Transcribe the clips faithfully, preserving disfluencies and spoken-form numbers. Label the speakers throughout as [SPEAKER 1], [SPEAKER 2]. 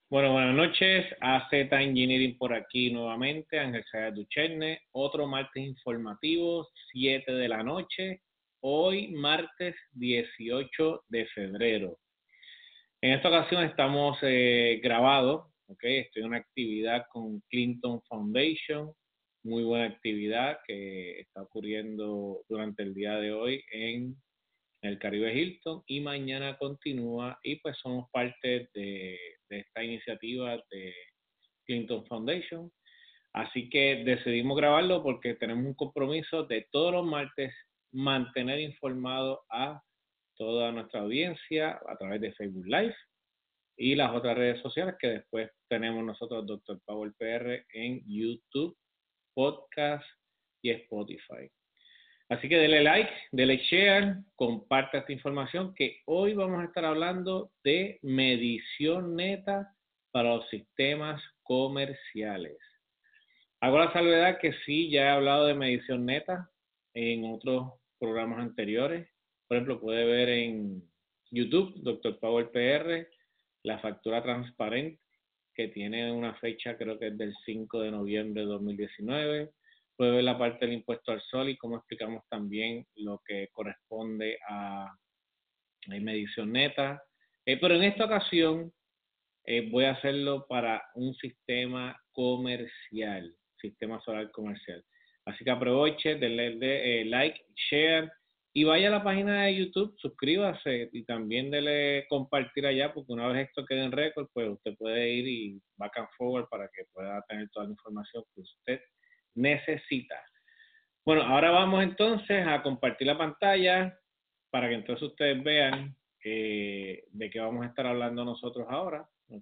[SPEAKER 1] Bueno, buenas noches. A Z Engineering por aquí nuevamente. Ángel Sayas Duchenne. Otro martes informativo, siete de la noche. Hoy, martes dieciocho de febrero. En esta ocasión estamos eh, grabados. ¿Okay? Estoy en una actividad con Clinton Foundation. Muy buena actividad que está ocurriendo durante el día de hoy en el Caribe Hilton, y mañana continúa, y pues somos parte de, de esta iniciativa de Clinton Foundation. Así que decidimos grabarlo porque tenemos un compromiso de todos los martes mantener informado a toda nuestra audiencia a través de Facebook Live y las otras redes sociales que después tenemos nosotros, doctor Power P R, en YouTube, podcast y Spotify. Así que dele like, dele share, comparta esta información, que hoy vamos a estar hablando de medición neta para los sistemas comerciales. Hago la salvedad que sí, ya he hablado de medición neta en otros programas anteriores. Por ejemplo, puede ver en YouTube, doctor Power P R, la factura transparente, que tiene una fecha, creo que es del cinco de noviembre de dos mil diecinueve. Puede ver la parte del impuesto al sol y cómo explicamos también lo que corresponde a, a medición neta. Eh, pero en esta ocasión eh, voy a hacerlo para un sistema comercial, sistema solar comercial. Así que aproveche, denle de, eh, like, share y vaya a la página de YouTube, suscríbase y también dele compartir allá, porque una vez esto quede en récord, pues usted puede ir y back and forward para que pueda tener toda la información que usted necesita. Bueno, ahora vamos entonces a compartir la pantalla para que entonces ustedes vean eh, de qué vamos a estar hablando nosotros ahora, ¿ok?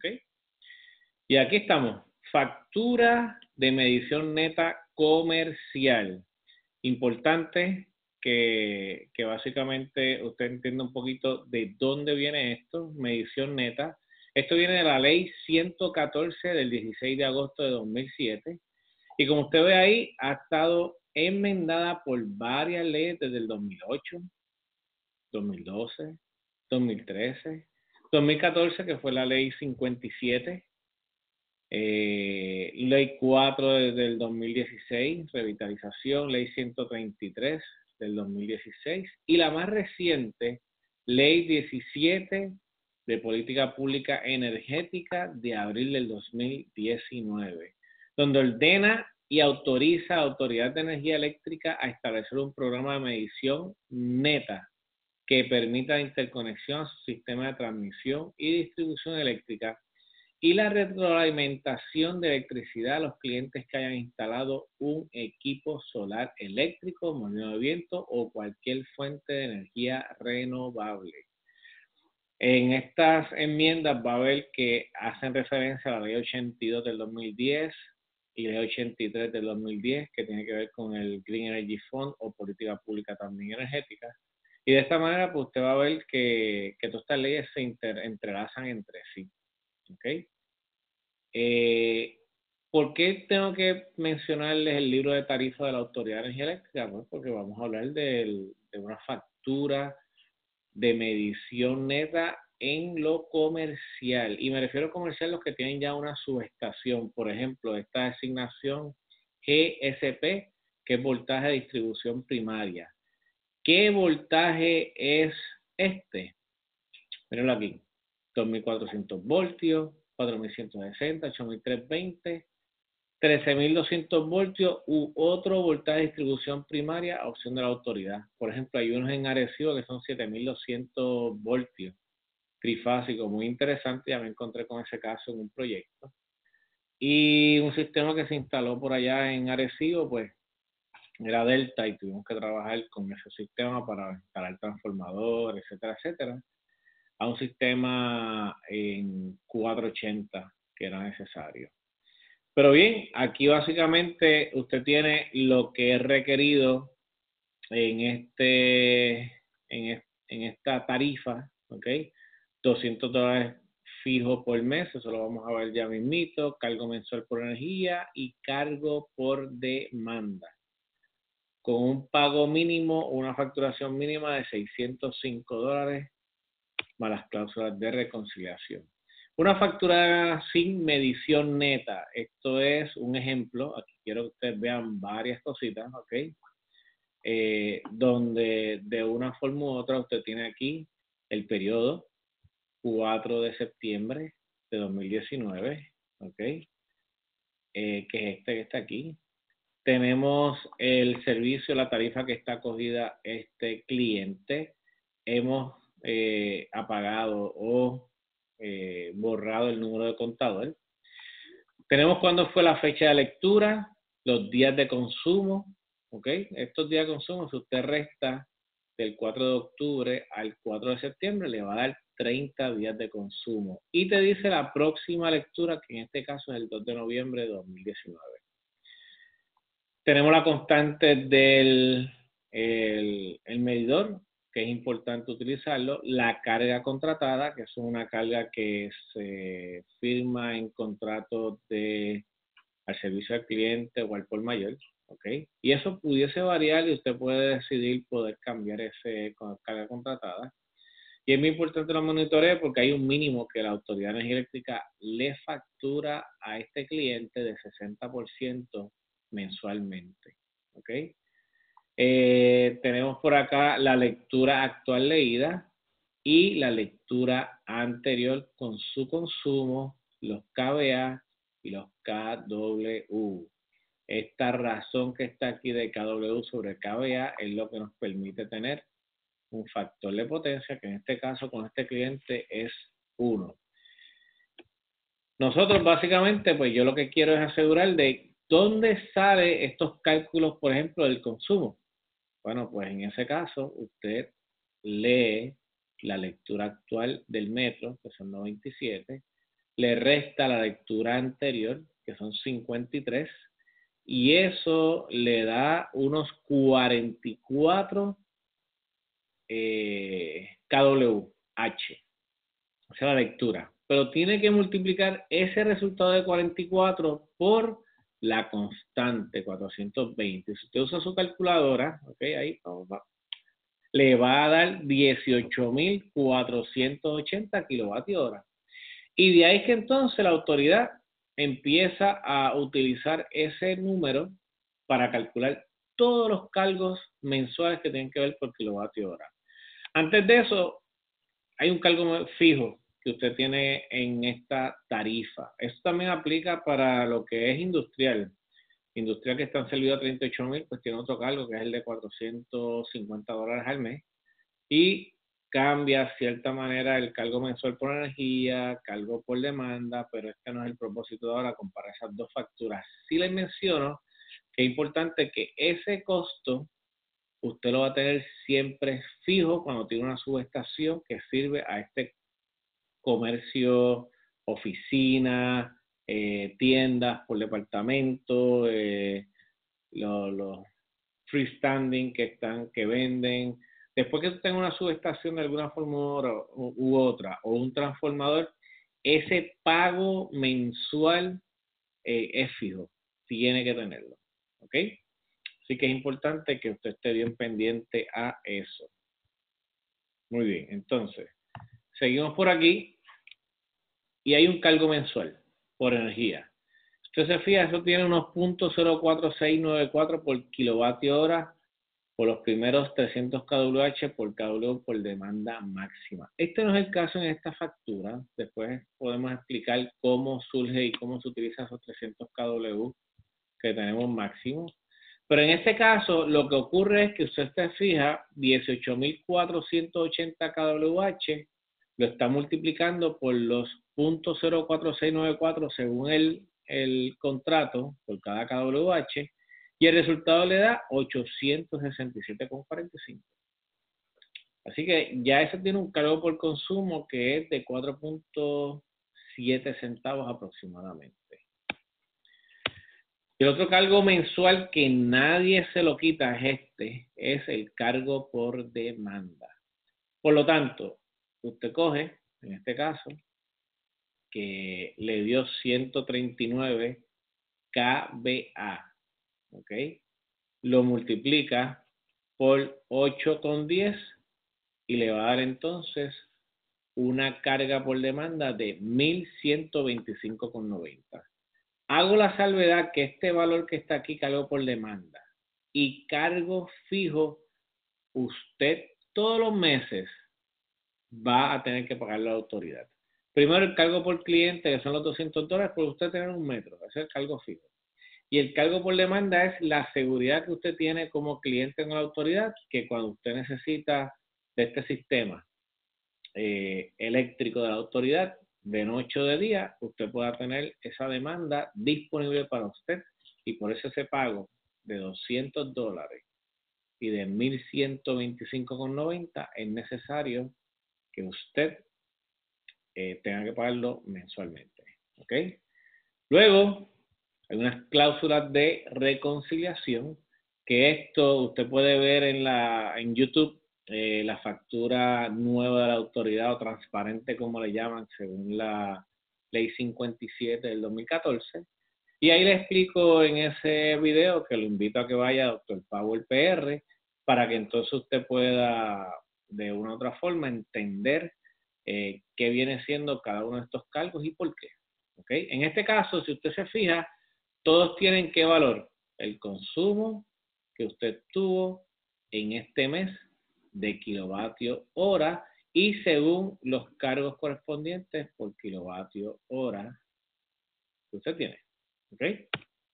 [SPEAKER 1] Y aquí estamos, factura de medición neta comercial. Importante que, que básicamente usted entienda un poquito de dónde viene esto, medición neta. Esto viene de la ley ciento catorce del dieciséis de agosto de dos mil siete. Y como usted ve ahí, ha estado enmendada por varias leyes desde el dos mil ocho, dos mil doce, dos mil trece, dos mil catorce, que fue la ley cincuenta y siete, eh, ley cuatro desde el dos mil dieciséis, revitalización, ley ciento treinta y tres del dos mil dieciséis, y la más reciente, ley diecisiete de política pública energética de abril del dos mil diecinueve, donde ordena y autoriza a la Autoridad de Energía Eléctrica a establecer un programa de medición neta que permita interconexión a su sistema de transmisión y distribución eléctrica y la retroalimentación de electricidad a los clientes que hayan instalado un equipo solar eléctrico, molino de viento o cualquier fuente de energía renovable. En estas enmiendas va a ver que hacen referencia a la ley ochenta y dos del dos mil diez y ley ochenta y tres del dos mil diez, que tiene que ver con el Green Energy Fund o política pública también energética. Y de esta manera, pues usted va a ver que, que todas estas leyes se inter, entrelazan entre sí. ¿Ok? Eh, ¿Por qué tengo que mencionarles el libro de tarifa de la Autoridad de Energía Eléctrica? Pues porque vamos a hablar del, de una factura de medición neta en lo comercial. Y me refiero a comercial los que tienen ya una subestación. Por ejemplo, esta designación G S P, que es voltaje de distribución primaria. ¿Qué voltaje es este? Mírenlo aquí. dos mil cuatrocientos voltios, cuatro mil ciento sesenta, ocho mil trescientos veinte, trece mil doscientos voltios u otro voltaje de distribución primaria a opción de la autoridad. Por ejemplo, hay unos en Arecibo que son siete mil doscientos voltios, trifásico, muy interesante. Ya me encontré con ese caso en un proyecto. Y un sistema que se instaló por allá en Arecibo, pues era Delta, y tuvimos que trabajar con ese sistema para instalar transformadores, etcétera, etcétera, a un sistema en cuatrocientos ochenta que era necesario. Pero bien, aquí básicamente usted tiene lo que es requerido en este en, en esta tarifa, ¿ok? doscientos dólares fijo por mes, eso lo vamos a ver ya mismito, cargo mensual por energía y cargo por demanda, con un pago mínimo o una facturación mínima de seiscientos cinco dólares más las cláusulas de reconciliación. Una factura sin medición neta. Esto es un ejemplo. Aquí quiero que ustedes vean varias cositas, ¿ok? Eh, donde de una forma u otra usted tiene aquí el periodo cuatro de septiembre de dos mil diecinueve, ¿ok? Eh, que es este que está aquí. Tenemos el servicio, la tarifa que está acogida este cliente. Hemos eh, apagado o eh, borrado el número de contador. Tenemos cuándo fue la fecha de lectura, los días de consumo, ¿ok? Estos días de consumo, si usted resta del cuatro de octubre al cuatro de septiembre, le va a dar treinta días de consumo. Y te dice la próxima lectura, que en este caso es el dos de noviembre de dos mil diecinueve. Tenemos la constante del el, el medidor, que es importante utilizarlo. La carga contratada, que es una carga que se firma en contratos de al servicio al cliente o al por mayor, ¿ok? Y eso pudiese variar y usted puede decidir poder cambiar ese con carga contratada. Y es muy importante lo monitoree porque hay un mínimo que la Autoridad de Energía Eléctrica le factura a este cliente de sesenta por ciento mensualmente, ¿ok? Eh, tenemos por acá la lectura actual leída y la lectura anterior con su consumo, los K V A y los K W. Esta razón que está aquí de K W sobre K V A es lo que nos permite tener un factor de potencia, que en este caso con este cliente es uno. Nosotros básicamente, pues yo lo que quiero es asegurar de dónde sale estos cálculos, por ejemplo, del consumo. Bueno, pues en ese caso usted lee la lectura actual del metro, que son noventa y siete, le resta la lectura anterior, que son cincuenta y tres, y eso le da unos cuarenta y cuatro eh, K W H, o sea, la lectura. Pero tiene que multiplicar ese resultado de cuarenta y cuatro por la constante cuatrocientos veinte. Si usted usa su calculadora, ok, ahí vamos, vamos, le va a dar dieciocho mil cuatrocientos ochenta kilovatios hora. Y de ahí que entonces la autoridad empieza a utilizar ese número para calcular todos los cargos mensuales que tienen que ver por kilovatio hora. Antes de eso, hay un cargo fijo que usted tiene en esta tarifa. Esto también aplica para lo que es industrial. Industrial que está en servicio a treinta y ocho mil, pues tiene otro cargo que es el de cuatrocientos cincuenta dólares al mes. Y cambia de cierta manera el cargo mensual por energía, cargo por demanda, pero este no es el propósito de ahora comparar esas dos facturas. Sí les menciono que es importante que ese costo usted lo va a tener siempre fijo cuando tiene una subestación que sirve a este comercio, oficina, eh, tiendas por departamento, eh, los, los freestanding que están, que venden. Después que tú tengas una subestación de alguna forma u, u otra, o un transformador, ese pago mensual eh, es fijo, tiene que tenerlo, ¿ok? Así que es importante que usted esté bien pendiente a eso. Muy bien, entonces, seguimos por aquí y hay un cargo mensual por energía. Usted se fija, eso tiene unos punto cero cuatro seis nueve cuatro por kilovatio hora por los primeros trescientos K W H por K W por demanda máxima. Este no es el caso en esta factura. Después podemos explicar cómo surge y cómo se utiliza esos trescientos K W que tenemos máximo. Pero en este caso, lo que ocurre es que usted se fija, dieciocho mil cuatrocientos ochenta K W H lo está multiplicando por los punto cero cuatro seis nueve cuatro según el, el contrato por cada K W H, y el resultado le da ochocientos sesenta y siete con cuarenta y cinco. Así que ya eso tiene un cargo por consumo que es de cuatro punto siete centavos aproximadamente. El otro cargo mensual que nadie se lo quita es este, es el cargo por demanda. Por lo tanto, usted coge, en este caso, que le dio ciento treinta y nueve K V A, ¿ok? Lo multiplica por ocho con diez y le va a dar entonces una carga por demanda de mil ciento veinticinco con noventa. Hago la salvedad que este valor que está aquí, cargo por demanda y cargo fijo, usted todos los meses va a tener que pagar la autoridad. Primero el cargo por cliente, que son los doscientos dólares, por usted tener un metro, ese es el cargo fijo. Y el cargo por demanda es la seguridad que usted tiene como cliente en la autoridad, que cuando usted necesita de este sistema eh, eléctrico de la autoridad, de noche o de día, usted pueda tener esa demanda disponible para usted, y por eso ese pago de doscientos dólares y de mil ciento veinticinco con noventa es necesario que usted eh, tenga que pagarlo mensualmente. ¿Ok? Luego, hay unas cláusulas de reconciliación, que esto usted puede ver en, la, en YouTube, eh, la factura nueva de la autoridad o transparente, como le llaman, según la ley cincuenta y siete del dos mil catorce. Y ahí le explico en ese video, que lo invito a que vaya a doctor Power P R, para que entonces usted pueda de una u otra forma entender eh, qué viene siendo cada uno de estos cargos y por qué. ¿Okay? En este caso, si usted se fija, todos tienen qué valor: el consumo que usted tuvo en este mes de kilovatio hora y según los cargos correspondientes por kilovatio hora que usted tiene. ¿Okay?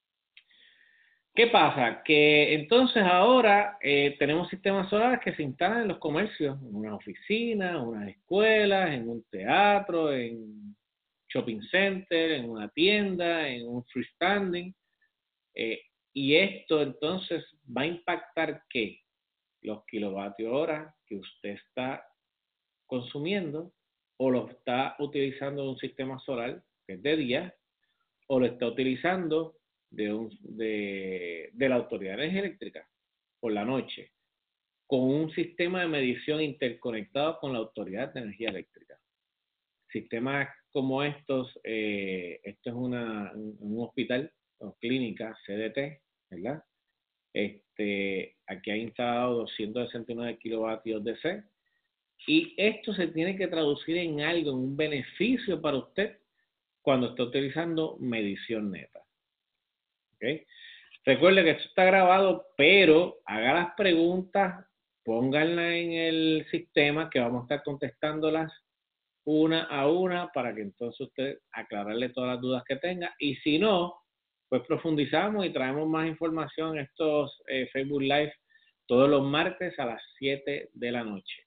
[SPEAKER 1] ¿Qué pasa? Que entonces ahora eh, tenemos sistemas solares que se instalan en los comercios, en unas oficinas, en unas escuelas, en un teatro, en shopping center, en una tienda, en un freestanding. Eh, y esto entonces va a impactar ¿qué? Los kilovatios hora que usted está consumiendo, o lo está utilizando de un sistema solar que es de día, o lo está utilizando de, un, de, de la Autoridad de Energía Eléctrica por la noche, con un sistema de medición interconectado con la Autoridad de Energía Eléctrica. Sistemas como estos, eh, esto es una, un, un hospital o clínica C D T, ¿verdad? Este, aquí ha instalado doscientos sesenta y nueve kilovatios D C, y esto se tiene que traducir en algo, en un beneficio para usted cuando está utilizando medición neta. ¿Okay? Recuerde que esto está grabado, pero haga las preguntas, pónganlas en el sistema, que vamos a estar contestándolas una a una para que entonces usted aclararle todas las dudas que tenga. Y si no, pues profundizamos y traemos más información en estos eh, Facebook Live todos los martes a las siete de la noche.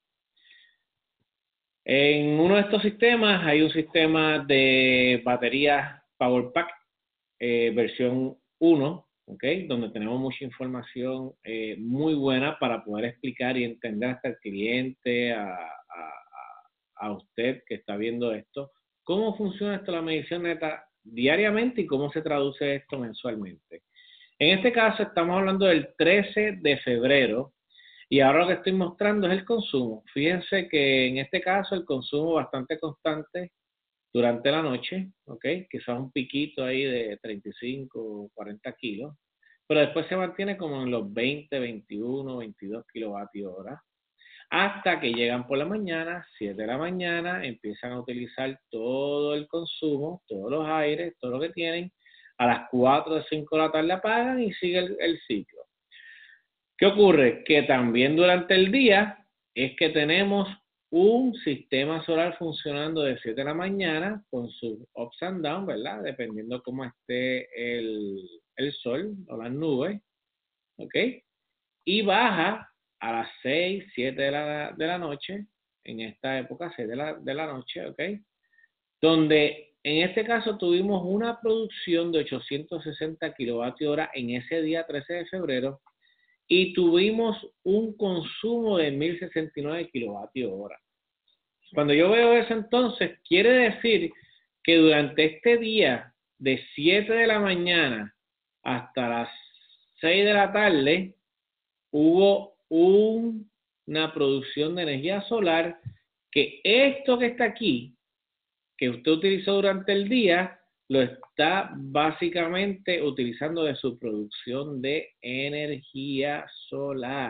[SPEAKER 1] En uno de estos sistemas hay un sistema de baterías Power Pack eh, versión uno, ¿okay? Donde tenemos mucha información eh, muy buena para poder explicar y entender hasta el cliente, a, a, a usted que está viendo esto, cómo funciona esto la medición neta diariamente y cómo se traduce esto mensualmente. En este caso estamos hablando del trece de febrero, y ahora lo que estoy mostrando es el consumo. Fíjense que en este caso el consumo bastante constante durante la noche, ¿ok? Quizás un piquito ahí de treinta y cinco, cuarenta kilos, pero después se mantiene como en los veinte, veintiuno, veintidós kilovatios hora, hasta que llegan por la mañana, siete de la mañana, empiezan a utilizar todo el consumo, todos los aires, todo lo que tienen, a las cuatro o cinco de la tarde apagan y sigue el, el ciclo. ¿Qué ocurre? Que también durante el día es que tenemos un sistema solar funcionando de siete de la mañana con sus ups and downs, ¿verdad? Dependiendo cómo esté el, el sol o las nubes, ¿ok? Y baja a las seis, siete de la, de la noche, en esta época, seis de la, de la noche, ¿ok? Donde en este caso tuvimos una producción de ochocientos sesenta kilovatios hora en ese día trece de febrero, y tuvimos un consumo de mil sesenta y nueve kilovatios hora. Cuando yo veo eso, entonces quiere decir que durante este día de siete de la mañana hasta las seis de la tarde hubo un, una producción de energía solar, que esto que está aquí, que usted utilizó durante el día, lo está básicamente utilizando de su producción de energía solar.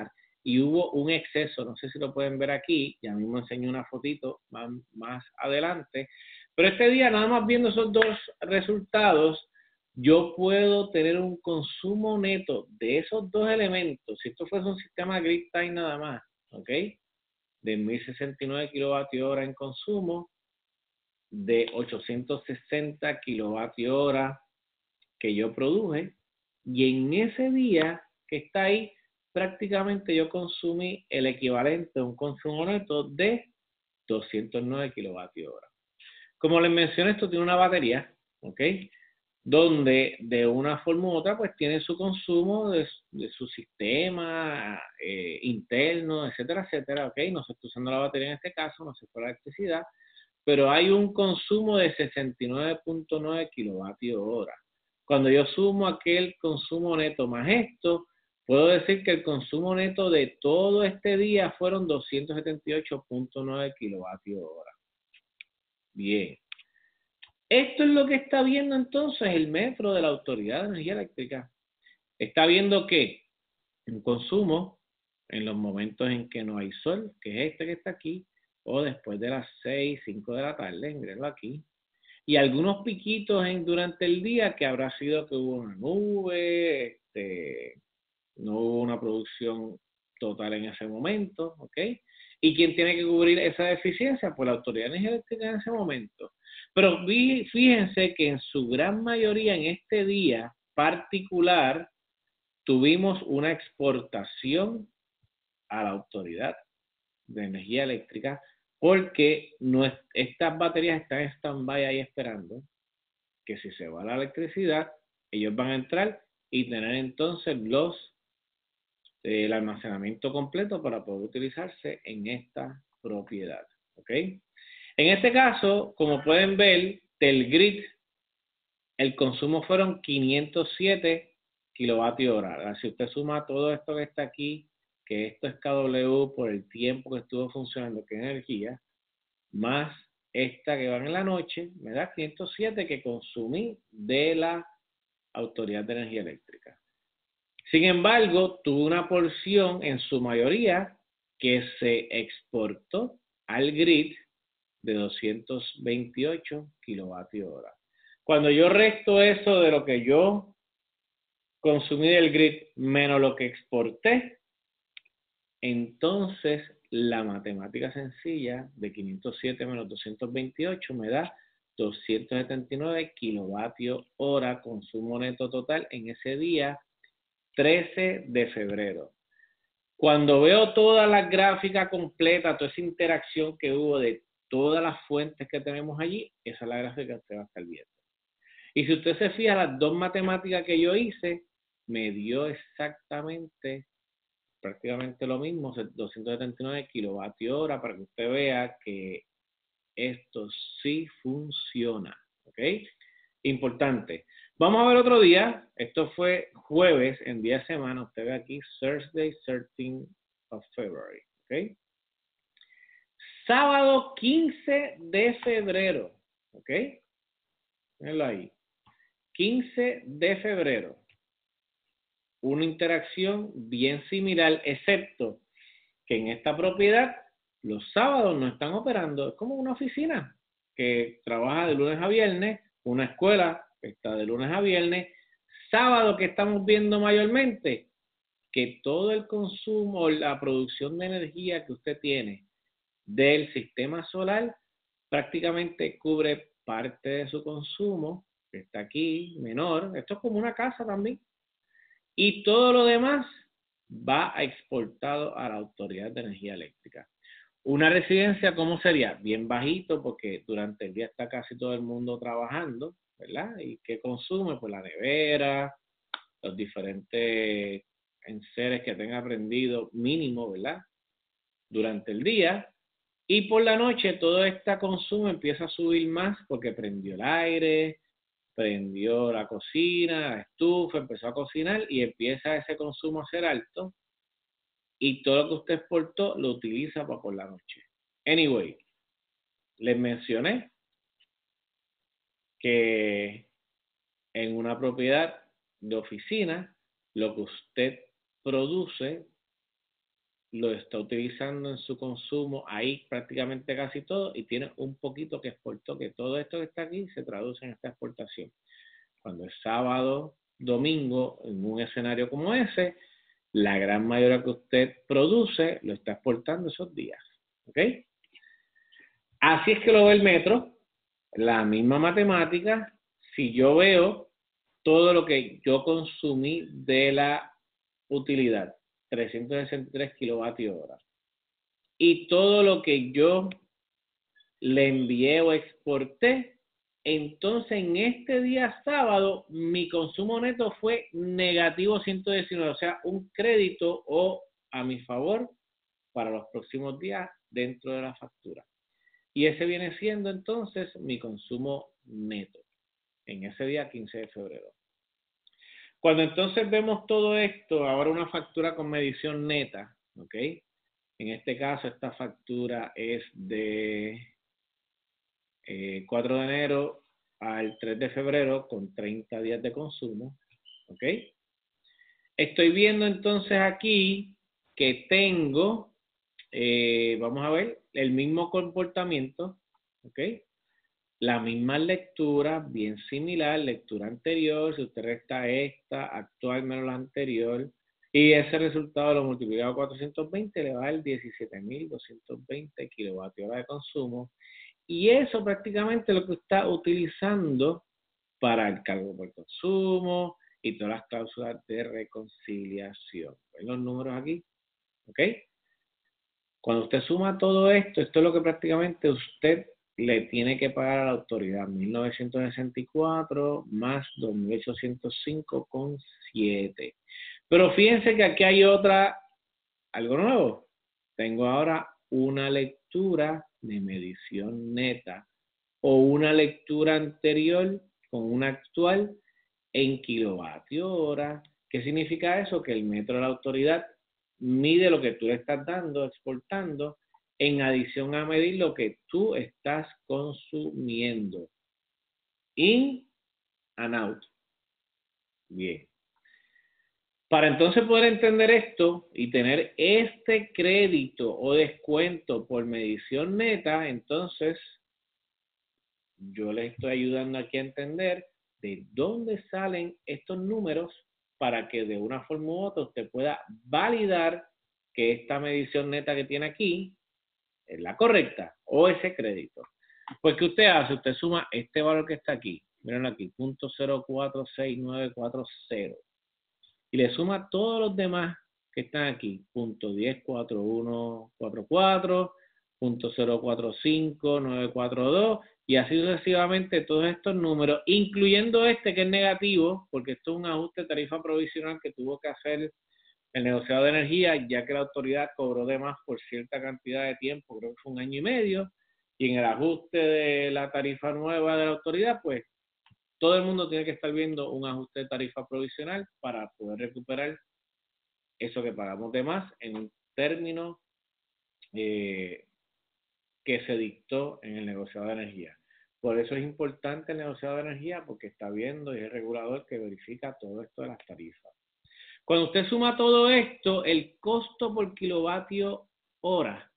[SPEAKER 1] y hubo un exceso, no sé si lo pueden ver aquí, ya mismo enseño una fotito más, más adelante, pero este día nada más viendo esos dos resultados, yo puedo tener un consumo neto de esos dos elementos, si esto fuese un sistema grid time nada más, ¿ok? De mil sesenta y nueve kilovatios hora en consumo, de ochocientos sesenta kilovatios hora que yo produje, y en ese día que está ahí, prácticamente yo consumí el equivalente a un consumo neto de doscientos nueve kilovatios hora. Como les mencioné, esto tiene una batería, ¿ok? Donde de una forma u otra pues tiene su consumo de, de su sistema eh, interno, etcétera, etcétera, ¿ok? No se está usando la batería en este caso, no se fue la electricidad, pero hay un consumo de sesenta y nueve punto nueve kilovatios hora. Cuando yo sumo aquel consumo neto más esto, puedo decir que el consumo neto de todo este día fueron doscientos setenta y ocho punto nueve kilovatios hora. Bien. Esto es lo que está viendo entonces el metro de la Autoridad de Energía Eléctrica. Está viendo que un consumo en los momentos en que no hay sol, que es este que está aquí, o después de las seis, cinco de la tarde, ingreso aquí, y algunos piquitos en, durante el día que habrá sido que hubo una nube, este, no hubo una producción total en ese momento, ¿ok? ¿Y quién tiene que cubrir esa deficiencia? Pues la Autoridad de Energía Eléctrica en ese momento. Pero fíjense que en su gran mayoría en este día particular tuvimos una exportación a la Autoridad de Energía Eléctrica porque no es, estas baterías están en stand-by ahí esperando que si se va la electricidad, ellos van a entrar y tener entonces los el almacenamiento completo para poder utilizarse en esta propiedad. ¿Ok? En este caso, como pueden ver, del grid, el consumo fueron quinientos siete kilovatios hora. Si usted suma todo esto que está aquí, que esto es K W por el tiempo que estuvo funcionando, que es energía, más esta que va en la noche, me da quinientos siete que consumí de la Autoridad de Energía Eléctrica. Sin embargo, tuvo una porción en su mayoría que se exportó al grid de doscientos veintiocho kilovatios hora. Cuando yo resto eso de lo que yo consumí del grid menos lo que exporté, entonces la matemática sencilla de quinientos siete menos doscientos veintiocho me da doscientos setenta y nueve kilovatios hora consumo neto total en ese día trece de febrero. Cuando veo toda la gráfica completa, toda esa interacción que hubo de todas las fuentes que tenemos allí, esa es la gráfica que usted va a estar viendo. Y si usted se fija, las dos matemáticas que yo hice, me dio exactamente, prácticamente lo mismo, doscientos setenta y nueve kilovatios hora, para que usted vea que esto sí funciona. ¿Ok? Importante. Vamos a ver otro día. Esto fue jueves en día de semana. Usted ve aquí, Thursday, thirteenth of February. ¿Ok? Sábado quince de febrero. ¿Ok? Mírenlo ahí. quince de febrero. Una interacción bien similar, excepto que en esta propiedad los sábados no están operando. Es como una oficina que trabaja de lunes a viernes, una escuela que está de lunes a viernes. Sábado que estamos viendo mayormente, que todo el consumo, la producción de energía que usted tiene del sistema solar prácticamente cubre parte de su consumo, que está aquí, menor. Esto es como una casa también. Y todo lo demás va exportado a la Autoridad de Energía Eléctrica. Una residencia, ¿cómo sería? Bien bajito, porque durante el día está casi todo el mundo trabajando, ¿verdad? ¿Y qué consume? Pues la nevera, los diferentes enseres que tenga prendido mínimo, ¿verdad? Durante el día. Y por la noche todo este consumo empieza a subir más porque prendió el aire, prendió la cocina, la estufa, empezó a cocinar y empieza ese consumo a ser alto y todo lo que usted exportó lo utiliza para por la noche. Anyway, les mencioné que en una propiedad de oficina, lo que usted produce lo está utilizando en su consumo ahí prácticamente casi todo y tiene un poquito que exportó, que todo esto que está aquí se traduce en esta exportación. Cuando es sábado, domingo, en un escenario como ese, la gran mayoría que usted produce lo está exportando esos días. ¿Ok? Así es que lo ve el metro, la misma matemática. Si yo veo todo lo que yo consumí de la utilidad, trescientos sesenta y tres kilovatios hora, y todo lo que yo le envié o exporté, entonces en este día sábado mi consumo neto fue negativo ciento diecinueve, o sea, un crédito o a mi favor para los próximos días dentro de la factura. Y ese viene siendo entonces mi consumo neto en ese día quince de febrero. Cuando entonces vemos todo esto, ahora una factura con medición neta, ¿ok? En este caso esta factura es de eh, cuatro de enero al tres de febrero con treinta días de consumo, ¿ok? Estoy viendo entonces aquí que tengo, eh, vamos a ver, el mismo comportamiento, ¿ok? La misma lectura, bien similar, lectura anterior, si usted resta esta, actual menos la anterior, y ese resultado lo multiplica por cuatrocientos veinte, le va a dar diecisiete mil doscientos veinte kilovatios hora de consumo, y eso prácticamente es lo que está utilizando para el cargo por consumo y todas las cláusulas de reconciliación. ¿Ven los números aquí? ¿Ok? Cuando usted suma todo esto, esto es lo que prácticamente usted le tiene que pagar a la autoridad, mil novecientos sesenta y cuatro más dos mil ochocientos cinco con siete. Pero fíjense que aquí hay otra, algo nuevo. Tengo ahora una lectura de medición neta o una lectura anterior con una actual en kilovatio hora. ¿Qué significa eso? Que el metro de la autoridad mide lo que tú le estás dando, exportando, en adición a medir lo que tú estás consumiendo. In and out. Bien. Para entonces poder entender esto y tener este crédito o descuento por medición neta, entonces yo les estoy ayudando aquí a entender de dónde salen estos números para que de una forma u otra usted pueda validar que esta medición neta que tiene aquí es la correcta o ese crédito. Pues, ¿qué usted hace? Usted suma este valor que está aquí, miren aquí, punto cero cuatro seis nueve cuatro cero, y le suma todos los demás que están aquí, punto diez cuatro uno cuatro cuatro, punto cero cuatro cinco nueve cuatro dos, y así sucesivamente todos estos números, incluyendo este que es negativo, porque esto es un ajuste de tarifa provisional que tuvo que hacer el negociado de energía, ya que la autoridad cobró de más por cierta cantidad de tiempo, creo que fue un año y medio, y en el ajuste de la tarifa nueva de la autoridad, pues todo el mundo tiene que estar viendo un ajuste de tarifa provisional para poder recuperar eso que pagamos de más en un término eh, que se dictó en el negociado de energía. Por eso es importante el negociado de energía, porque está viendo y es el regulador que verifica todo esto de las tarifas. Cuando usted suma todo esto, el costo por kilovatio hora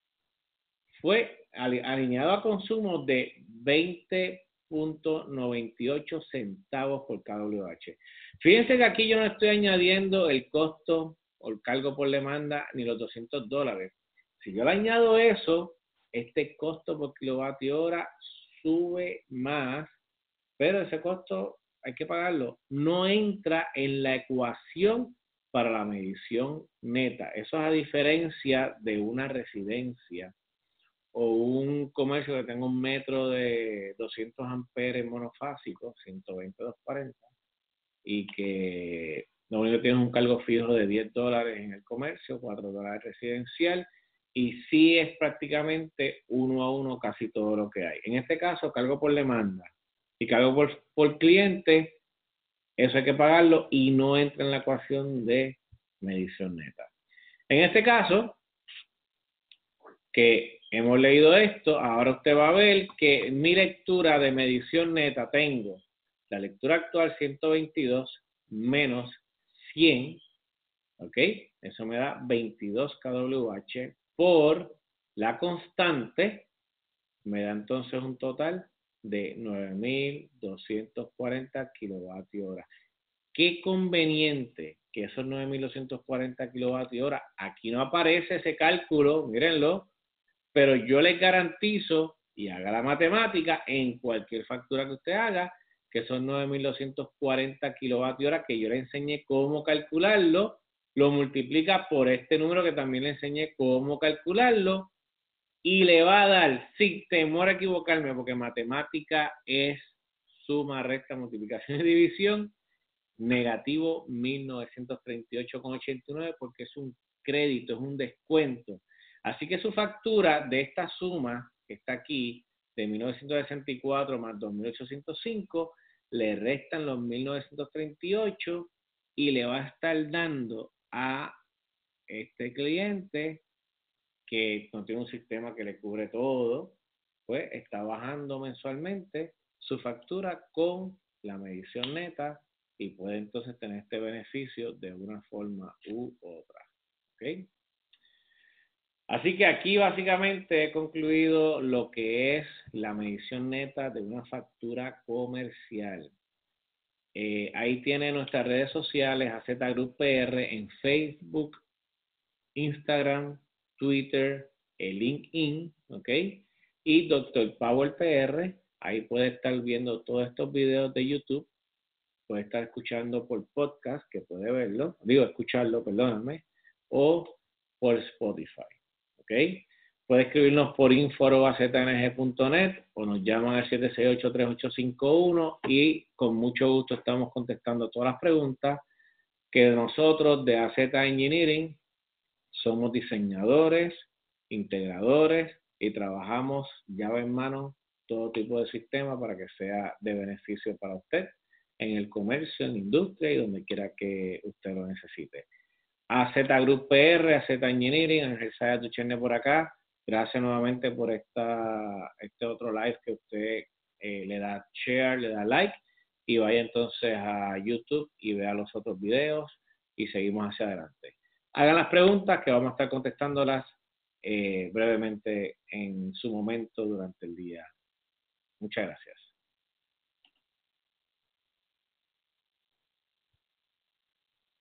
[SPEAKER 1] fue alineado a consumo de veinte punto noventa y ocho centavos por K W H. Fíjense que aquí yo no estoy añadiendo el costo o el cargo por demanda ni los doscientos dólares. Si yo le añado eso, este costo por kilovatio hora sube más, pero ese costo hay que pagarlo. No entra en la ecuación para la medición neta. Eso es a diferencia de una residencia o un comercio que tenga un metro de doscientos amperes monofásico, ciento veinte doscientos cuarenta, y que lo único que tiene es un cargo fijo de diez dólares en el comercio, cuatro dólares residencial, y sí es prácticamente uno a uno casi todo lo que hay. En este caso, cargo por demanda y cargo por, por cliente, eso hay que pagarlo y no entra en la ecuación de medición neta. En este caso, que hemos leído esto, ahora usted va a ver que en mi lectura de medición neta tengo la lectura actual ciento veintidós menos cien, ¿Ok? Eso me da veintidós kWh por la constante, me da entonces un total de nueve mil doscientos cuarenta kilovatios hora. Qué conveniente que esos nueve mil doscientos cuarenta kilovatios hora, aquí no aparece ese cálculo, mírenlo, pero yo les garantizo, y haga la matemática en cualquier factura que usted haga, que son nueve mil doscientos cuarenta kilovatios hora, que yo le enseñé cómo calcularlo, lo multiplica por este número que también le enseñé cómo calcularlo, y le va a dar, sin temor a equivocarme, porque matemática es suma, resta, multiplicación y división, negativo mil novecientos treinta y ocho con ochenta y nueve, porque es un crédito, es un descuento. Así que su factura de esta suma que está aquí, de mil novecientos sesenta y cuatro más dos mil ochocientos cinco, le restan los mil novecientos treinta y ocho y le va a estar dando a este cliente que no tiene un sistema que le cubre todo, pues está bajando mensualmente su factura con la medición neta y puede entonces tener este beneficio de una forma u otra. ¿Ok? Así que aquí básicamente he concluido lo que es la medición neta de una factura comercial. Eh, ahí tiene nuestras redes sociales, A Z Group P R, en Facebook, Instagram, Twitter, el LinkedIn, ¿ok? Y doctor Power P R, ahí puede estar viendo todos estos videos de YouTube, puede estar escuchando por podcast, que puede verlo, digo escucharlo, perdóname, o por Spotify, ¿ok? Puede escribirnos por info arroba z n g punto net o nos llaman al siete seis ocho, tres ocho cinco uno y con mucho gusto estamos contestando todas las preguntas que nosotros de A Z Engineering somos diseñadores, integradores y trabajamos llave en mano todo tipo de sistema para que sea de beneficio para usted en el comercio, en la industria y donde quiera que usted lo necesite. A Z Group P R, A Z Engineering, Ángel Sayas Duchenne por acá. Gracias nuevamente por esta, este otro live que usted eh, le da share, le da like y vaya entonces a YouTube y vea los otros videos y seguimos hacia adelante. Hagan las preguntas que vamos a estar contestándolas eh, brevemente en su momento durante el día. Muchas gracias.